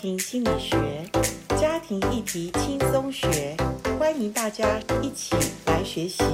庭心理学，家庭议题轻松学，欢迎大家一起来学习。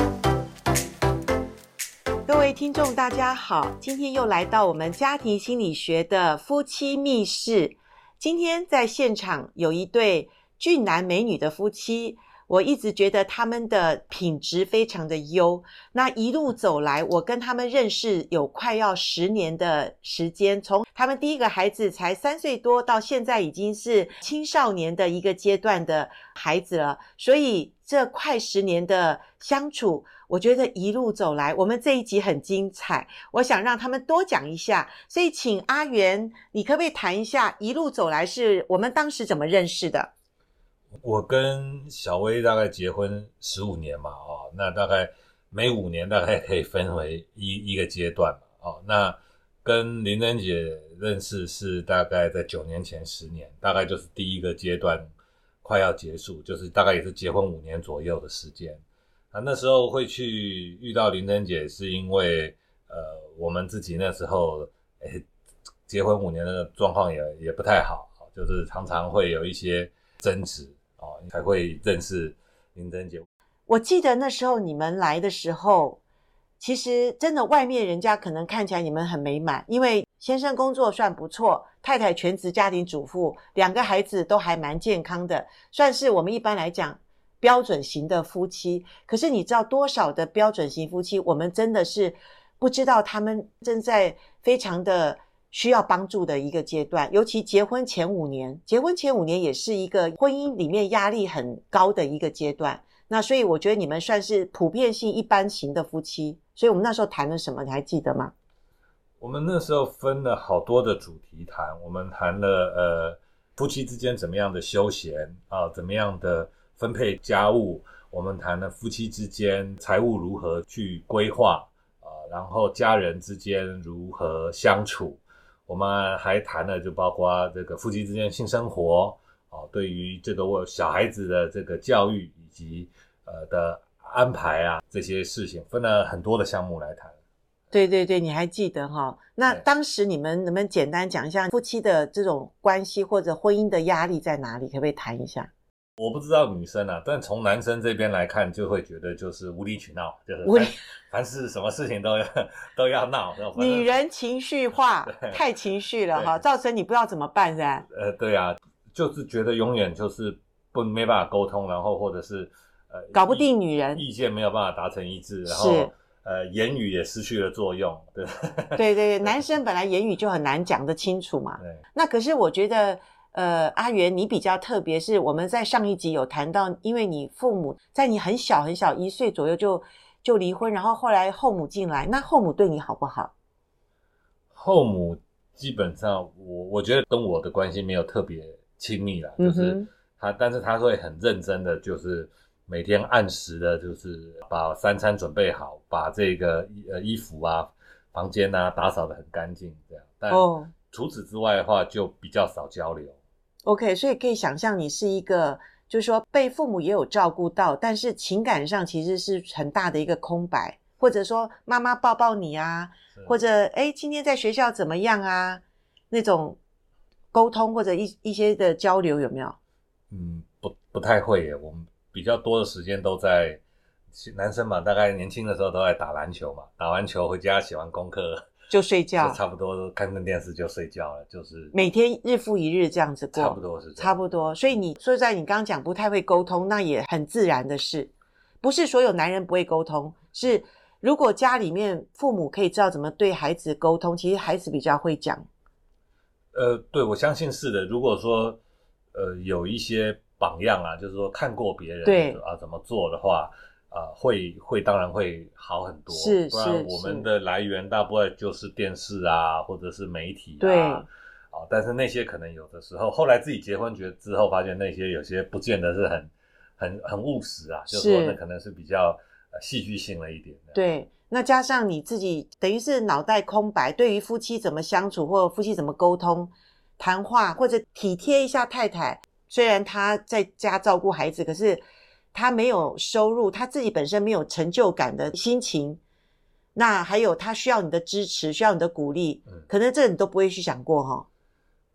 各位听众大家好，今天又来到我们家庭心理学的夫妻密室。今天在现场有一对俊男美女的夫妻，我一直觉得他们的品质非常的优。那一路走来，我跟他们认识有快要10年的时间，从他们第一个孩子才3岁多，到现在已经是青少年的一个阶段的孩子了。所以这快10年的相处，我觉得一路走来，我们这一集很精彩，我想让他们多讲一下。所以请阿元，你可不可以谈一下一路走来是我们当时怎么认识的？ 我跟小薇大概结婚15年嘛，那大概每5年大概可以分为一个阶段嘛，那跟林珍姐认识是大概在9年前10年，大概就是第一个阶段快要结束，就是大概也是结婚5年左右的时间。那时候会去遇到林珍姐是因为我们自己那时候结婚5年的状况也不太好，就是常常会有一些争执才会认识林珍姐。 我记得那时候你们来的时候，其实真的外面人家可能看起来你们很美满，因为先生工作算不错，太太全职家庭主妇，2个孩子都还蛮健康的，算是我们一般来讲标准型的夫妻。可是你知道多少的标准型夫妻，我们真的是不知道他们正在非常的需要帮助的一个阶段，尤其结婚前5年也是一个婚姻里面压力很高的一个阶段。那所以我觉得你们算是普遍性一般型的夫妻。所以我们那时候谈了什么，你还记得吗？ 我们那时候分了好多的主题谈，我们谈了夫妻之间怎么样的休闲怎么样的分配家务，我们谈了夫妻之间财务如何去规划然后家人之间如何相处，我们还谈了就包括这个夫妻之间性生活对于这个小孩子的这个教育以及的安排这些事情分了很多的项目来谈。 对对对，你还记得齁？那当时你们能不能简单讲一下夫妻的这种关系或者婚姻的压力在哪里，可不可以谈一下？ 我不知道女生但从男生这边来看就会觉得就是无理取闹，就是凡是什么事情都要闹， 女人情绪化太情绪了造成你不知道怎么办是吧？ 对啊，就是觉得永远就是没办法沟通，然后或者是搞不定女人， 意见没有办法达成一致，然后言语也失去了作用。对对对，男生本来言语就很难讲得清楚嘛。那可是我觉得阿元你比较特别，是我们在上一集有谈到，因为你父母在你很小很小1岁左右就离婚，然后后来后母进来，那后母对你好不好？ 后母基本上我觉得跟我的关系没有特别亲密啦，就是但是他会很认真的，就是每天按时的就是把3餐准备好，把这个衣服房间打扫得很干净这样。但除此之外的话就比较少交流。 OK， 所以可以想象你是一个就是说被父母也有照顾到，但是情感上其实是很大的一个空白，或者说妈妈抱抱你或者今天在学校怎么样那种沟通或者一些的交流有没有？ 不太会耶。我们比较多的时间都在男生嘛，大概年轻的时候都在打篮球嘛，打完球回家写完功课就睡觉， 就差不多看电视就睡觉了，就是每天日复一日这样子过， 差不多是这样， 差不多。所以你说在你刚刚讲不太会沟通，那也很自然的事，不是所有男人不会沟通，是如果家里面父母可以知道怎么对孩子沟通，其实孩子比较会讲。 对，我相信是的。如果说有一些榜样就是说看过别人怎么做的话会当然会好很多。 是， 不然我们的来源大部分就是电视或者是媒体对但是那些可能有的时候后来自己结婚之后发现那些有些不见得是很务实就是说那可能是比较戏剧性了一点的。 对，那加上你自己等于是脑袋空白，对于夫妻怎么相处或夫妻怎么沟通谈话，或者体贴一下太太，虽然她在家照顾孩子，可是她没有收入，她自己本身没有成就感的心情，那还有她需要你的支持，需要你的鼓励，可能这你都不会去想过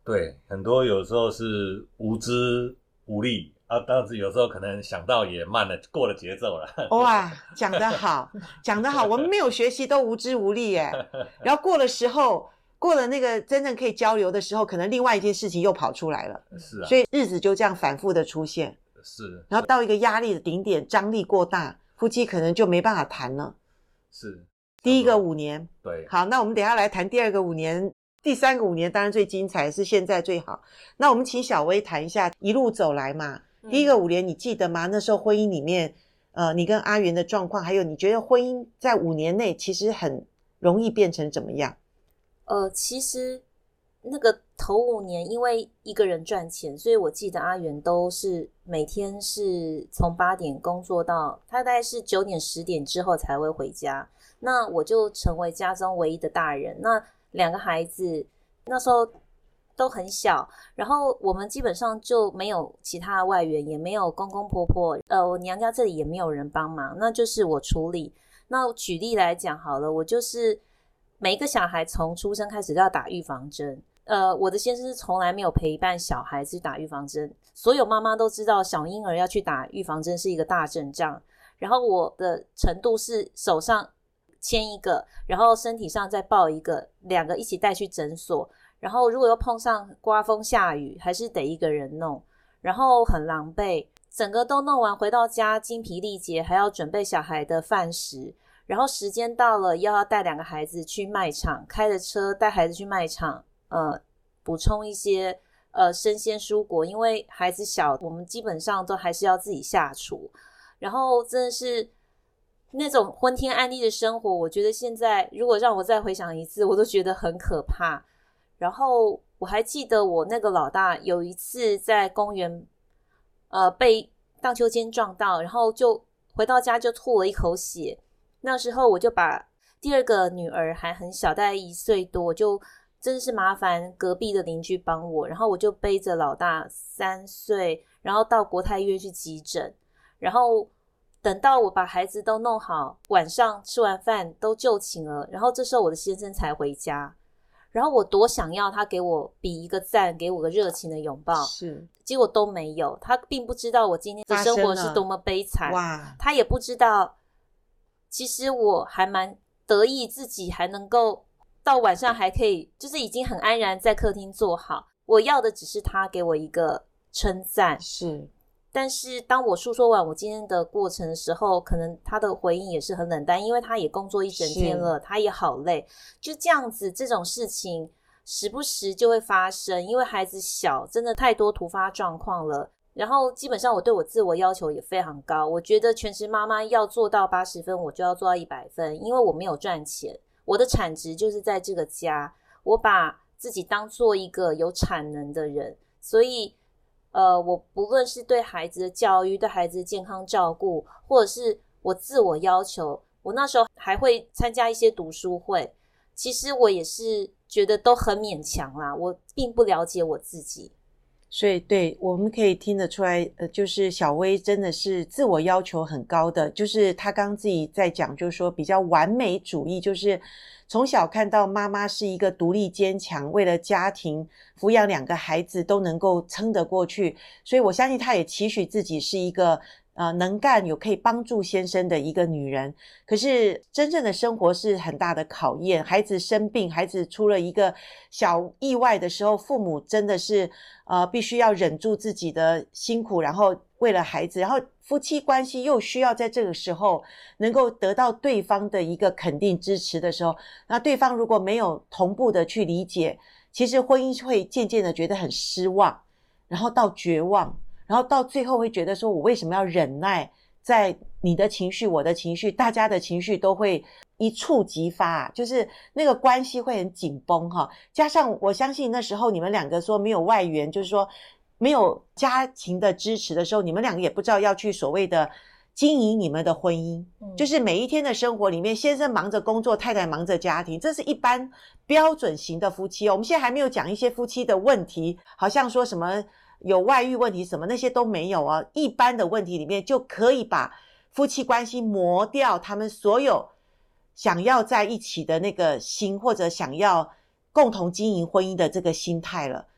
对，很多有时候是无知无力啊，但是有时候可能想到也慢了，过了节奏了。 哇，讲得好，讲得好，我们没有学习都无知无力耶，然后过了时候，过了那个真正可以交流的时候，可能另外一件事情又跑出来了， 是啊， 所以日子就这样反复的出现， 是， 然后到一个压力的顶点，张力过大，夫妻可能就没办法谈了。 是第一个5年， 对， 好，那我们等一下来谈第二个5年，第三个5年当然最精彩，是现在最好。那我们请小薇谈一下一路走来嘛，第一个5年你记得吗？那时候婚姻里面，你跟阿元的状况，还有你觉得婚姻在5年内其实很容易变成怎么样？ 其实那个头5年因为一个人赚钱，所以我记得阿元都是每天是从8点工作到他大概是9点10点之后才会回家，那我就成为家中唯一的大人，那2个孩子那时候都很小，然后我们基本上就没有其他的外援，也没有公公婆婆，我娘家这里也没有人帮忙，那就是我处理。那举例来讲好了，我就是每一个小孩从出生开始都要打预防针，我的先生是从来没有陪伴小孩子打预防针，所有妈妈都知道小婴儿要去打预防针是一个大阵仗，然后我的程度是手上牵一个，然后身体上再抱一个，2个一起带去诊所，然后如果又碰上刮风下雨还是得一个人弄，然后很狼狈，整个都弄完回到家精疲力竭，还要准备小孩的饭食，然后时间到了要带2个孩子去卖场，开着车带孩子去卖场，补充一些生鲜蔬果，因为孩子小，我们基本上都还是要自己下厨，然后真的是那种昏天暗地的生活，我觉得现在如果让我再回想一次，我都觉得很可怕。然后我还记得我那个老大有一次在公园被荡秋千撞到，然后就回到家就吐了一口血，那时候我就把第2个女儿还很小，大概1岁多，就真的是麻烦隔壁的邻居帮我，然后我就背着老大3岁，然后到国泰医院去急诊，然后等到我把孩子都弄好，晚上吃完饭都就寝了，然后这时候我的先生才回家，然后我多想要他给我比一个赞，给我个热情的拥抱， 是， 结果都没有，他并不知道我今天的生活是多么悲惨， 哇， 他也不知道其实我还蛮得意自己还能够到晚上还可以就是已经很安然在客厅坐好，我要的只是他给我一个称赞， 是， 但是当我诉说完我今天的过程的时候，可能他的回应也是很冷淡，因为他也工作一整天了，他也好累，就这样子，这种事情时不时就会发生，因为孩子小，真的太多突发状况了。然后基本上我对我自我要求也非常高，我觉得全职妈妈要做到80分，我就要做到100分，因为我没有赚钱，我的产值就是在这个家，我把自己当做一个有产能的人，所以我不论是对孩子的教育，对孩子的健康照顾，或者是我自我要求，我那时候还会参加一些读书会，其实我也是觉得都很勉强啦，我并不了解我自己。 所以对，我们可以听得出来，就是小薇真的是自我要求很高的，就是她刚自己在讲，就是说比较完美主义，就是从小看到妈妈是一个独立坚强，为了家庭抚养2个孩子都能够撑得过去，所以我相信她也期许自己是一个能干有可以帮助先生的一个女人。可是真正的生活是很大的考验，孩子生病，孩子出了一个小意外的时候，父母真的是必须要忍住自己的辛苦，然后为了孩子，然后夫妻关系又需要在这个时候能够得到对方的一个肯定支持的时候，那对方如果没有同步的去理解，其实婚姻会渐渐的觉得很失望，然后到绝望，然后到最后会觉得说我为什么要忍耐，在你的情绪我的情绪大家的情绪都会一触即发，就是那个关系会很紧绷哈。加上我相信那时候你们2个说没有外援，就是说没有家庭的支持的时候，你们2个也不知道要去所谓的经营你们的婚姻，就是每一天的生活里面，先生忙着工作，太太忙着家庭，这是一般标准型的夫妻哦。我们现在还没有讲一些夫妻的问题，好像说什么有外遇问题什么那些都没有啊，一般的问题里面就可以把夫妻关系磨掉他们所有想要在一起的那个心，或者想要共同经营婚姻的这个心态了。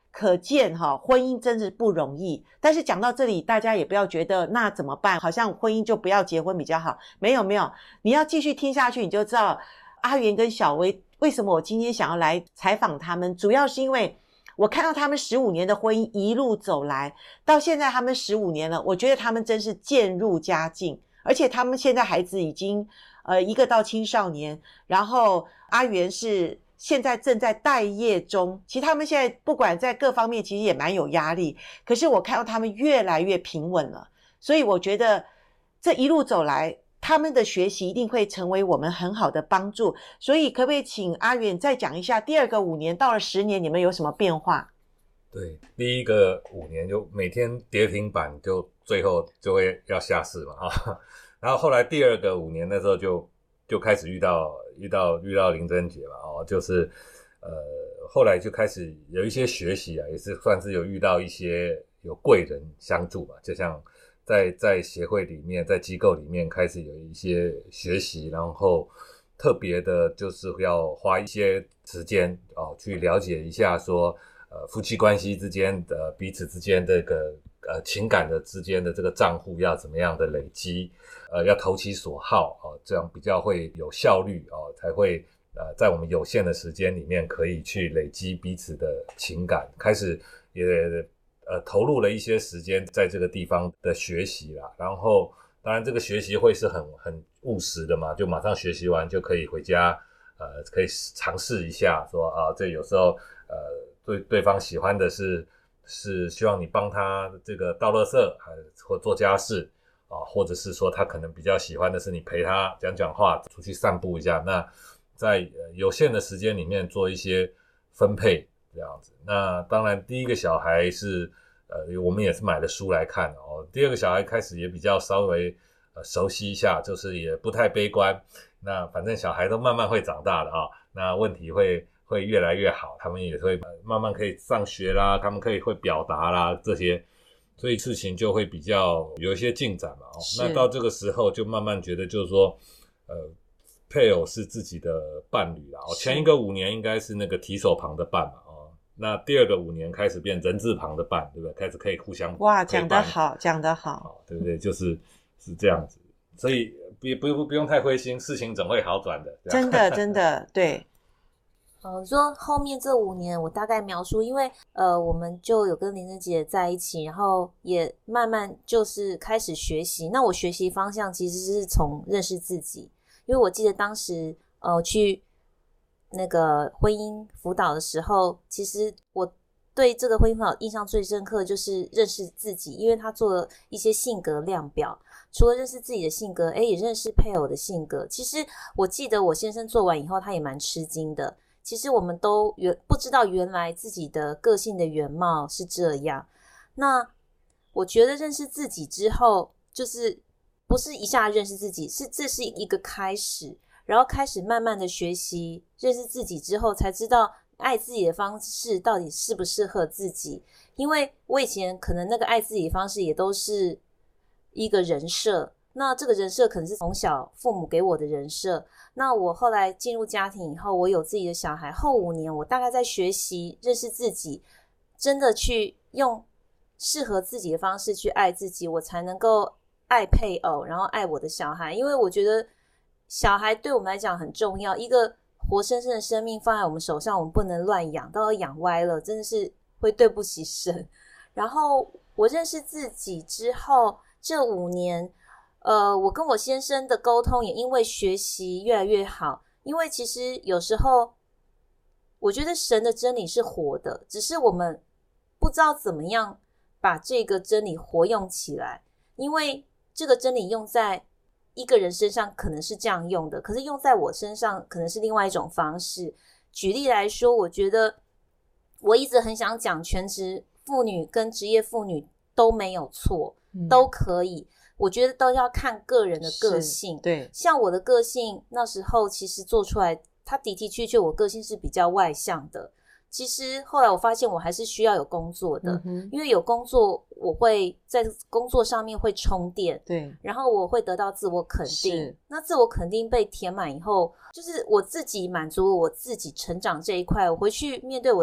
可见婚姻真是不容易。但是讲到这里，大家也不要觉得那怎么办，好像婚姻就不要结婚比较好。没有，你要继续听下去，你就知道阿元跟小薇为什么我今天想要来采访他们，主要是因为我看到他们15年的婚姻一路走来，到现在他们15年了，我觉得他们真是渐入佳境，而且他们现在孩子已经一个到青少年，然后阿元是现在正在待业中，其实他们现在不管在各方面其实也蛮有压力，可是我看到他们越来越平稳了，所以我觉得这一路走来他们的学习一定会成为我们很好的帮助。所以可不可以请阿元再讲一下第二个5年到了10年你们有什么变化？ 对，第一个5年就每天跌停板，就最后就会要下市嘛然后后来第二个5年的时候就开始遇到林珍姐嘛就是后来就开始有一些学习也是算是有遇到一些有贵人相助嘛，就像在协会里面，在机构里面开始有一些学习，然后特别的就是要花一些时间去了解一下说夫妻关系之间的彼此之间这个情感的之间的这个账户要怎么样的累积，要投其所好这样比较会有效率才会在我们有限的时间里面可以去累积彼此的情感，开始也投入了一些时间在这个地方的学习啦。然后当然这个学习会是很务实的嘛，就马上学习完就可以回家可以尝试一下说这有时候对方喜欢的是希望你帮他这个倒垃圾或做家事或者是说他可能比较喜欢的是你陪他讲话，出去散步一下，那在有限的时间里面做一些分配这样子。那当然第一个小孩是我们也是买了书来看第二个小孩开始也比较稍微熟悉一下，就是也不太悲观，那反正小孩都慢慢会长大的那问题会越来越好，他们也会慢慢可以上学啦，他们会表达啦这些，所以事情就会比较有一些进展嘛那到这个时候就慢慢觉得就是说配偶是自己的伴侣啦前一个5年应该是那个提手旁的伴嘛那第二个5年开始变人字旁的伴，对不对？开始可以互相哇，讲得好对不对？是这样子，所以不用太灰心，事情总会好转的。 真的对。 说后面这5年我大概描述，因为我们就有跟林珍姐在一起，然后也慢慢就是开始学习。那我学习方向其实是从认识自己，因为我记得当时去那个婚姻辅导的时候，其实我对这个婚姻辅导印象最深刻就是认识自己，因为他做了一些性格量表，除了认识自己的性格也认识配偶的性格。其实我记得我先生做完以后他也蛮吃惊的，其实我们都不知道原来自己的个性的原貌是这样。那我觉得认识自己之后，就是不是一下认识自己，这是一个开始，然后开始慢慢的学习认识自己之后，才知道爱自己的方式到底适不适合自己。因为我以前可能那个爱自己的方式也都是一个人设，那这个人设可能是从小父母给我的人设，那我后来进入家庭以后，我有自己的小孩，后5年我大概在学习认识自己，真的去用适合自己的方式去爱自己，我才能够爱配偶，然后爱我的小孩。因为我觉得小孩对我们来讲很重要，一个活生生的生命放在我们手上，我们不能乱养，到时候养歪了真的是会对不起神。然后我认识自己之后，这5年我跟我先生的沟通也因为学习越来越好。因为其实有时候我觉得神的真理是活的，只是我们不知道怎么样把这个真理活用起来。因为这个真理用在一个人身上可能是这样用的，可是用在我身上可能是另外一种方式。举例来说，我觉得我一直很想讲全职妇女跟职业妇女都没有错，都可以，我觉得都要看个人的个性。 对， 像我的个性那时候其实做出来，它的确我个性是比较外向的。其实后来我发现我还是需要有工作的，因为有工作我会在工作上面会充电， 对， 然后我会得到自我肯定。那自我肯定被填满以后，就是我自己满足了我自己成长这一块，我回去面对我的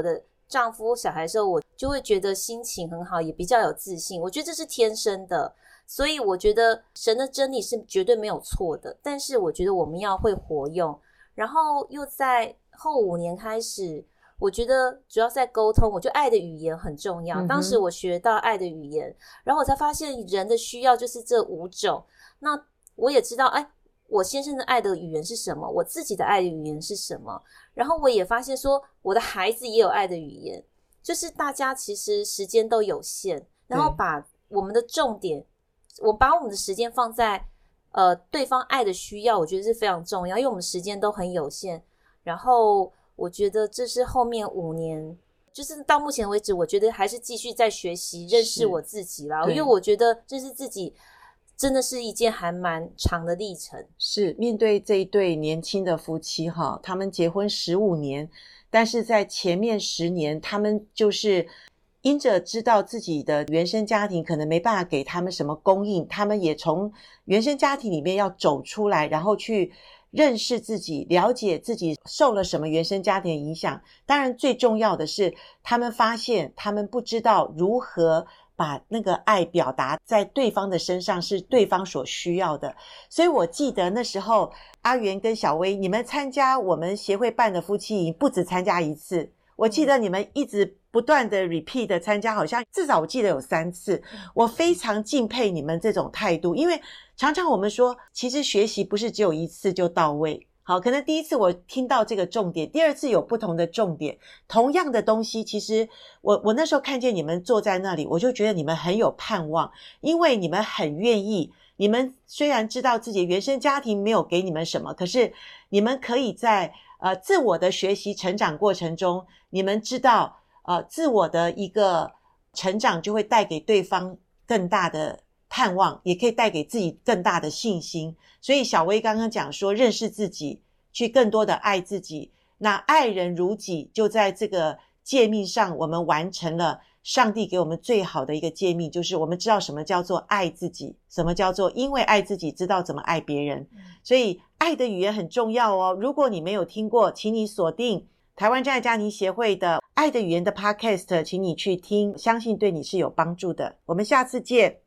丈夫小孩的时候，我就会觉得心情很好，也比较有自信，我觉得这是天生的。所以我觉得神的真理是绝对没有错的，但是我觉得我们要会活用。然后又在后5年开始，我觉得主要是在沟通，我觉得爱的语言很重要。当时我学到爱的语言，然后我才发现人的需要就是这5种。那我也知道，我先生的爱的语言是什么，我自己的爱的语言是什么，然后我也发现说我的孩子也有爱的语言，就是大家其实时间都有限，然后把我们的重点，我把我们的时间放在对方爱的需要，我觉得是非常重要，因为我们时间都很有限。然后我觉得这是后面5年，就是到目前为止，我觉得还是继续在学习认识我自己啦，因为我觉得认识自己真的是一件还蛮长的历程。 是面对这一对年轻的夫妻哈，他们结婚15年，但是在前面10年，他们就是因着知道自己的原生家庭可能没办法给他们什么供应，他们也从原生家庭里面要走出来，然后去认识自己，了解自己受了什么原生家庭的影响。当然最重要的是，他们发现他们不知道如何把那个爱表达在对方的身上，是对方所需要的。所以我记得那时候阿元跟小薇，你们参加我们协会办的夫妻营不止参加1次，我记得你们一直不断的 repeat 的参加，好像至少我记得有3次。我非常敬佩你们这种态度，因为常常我们说其实学习不是只有1次就到位。好，可能第一次我听到这个重点，第2次有不同的重点，同样的东西，其实我那时候看见你们坐在那里，我就觉得你们很有盼望，因为你们很愿意，你们虽然知道自己的原生家庭没有给你们什么，可是你们可以在自我的学习成长过程中，你们知道自我的一个成长就会带给对方更大的盼望，也可以带给自己更大的信心。所以小薇刚刚讲说认识自己，去更多的爱自己，那爱人如己就在这个诫命上，我们完成了上帝给我们最好的一个诫命，就是我们知道什么叫做爱自己，什么叫做因为爱自己知道怎么爱别人。所以爱的语言很重要哦。如果你没有听过，请你锁定台湾真爱家庭协会的爱的语言的 podcast， 请你去听，相信对你是有帮助的。我们下次见。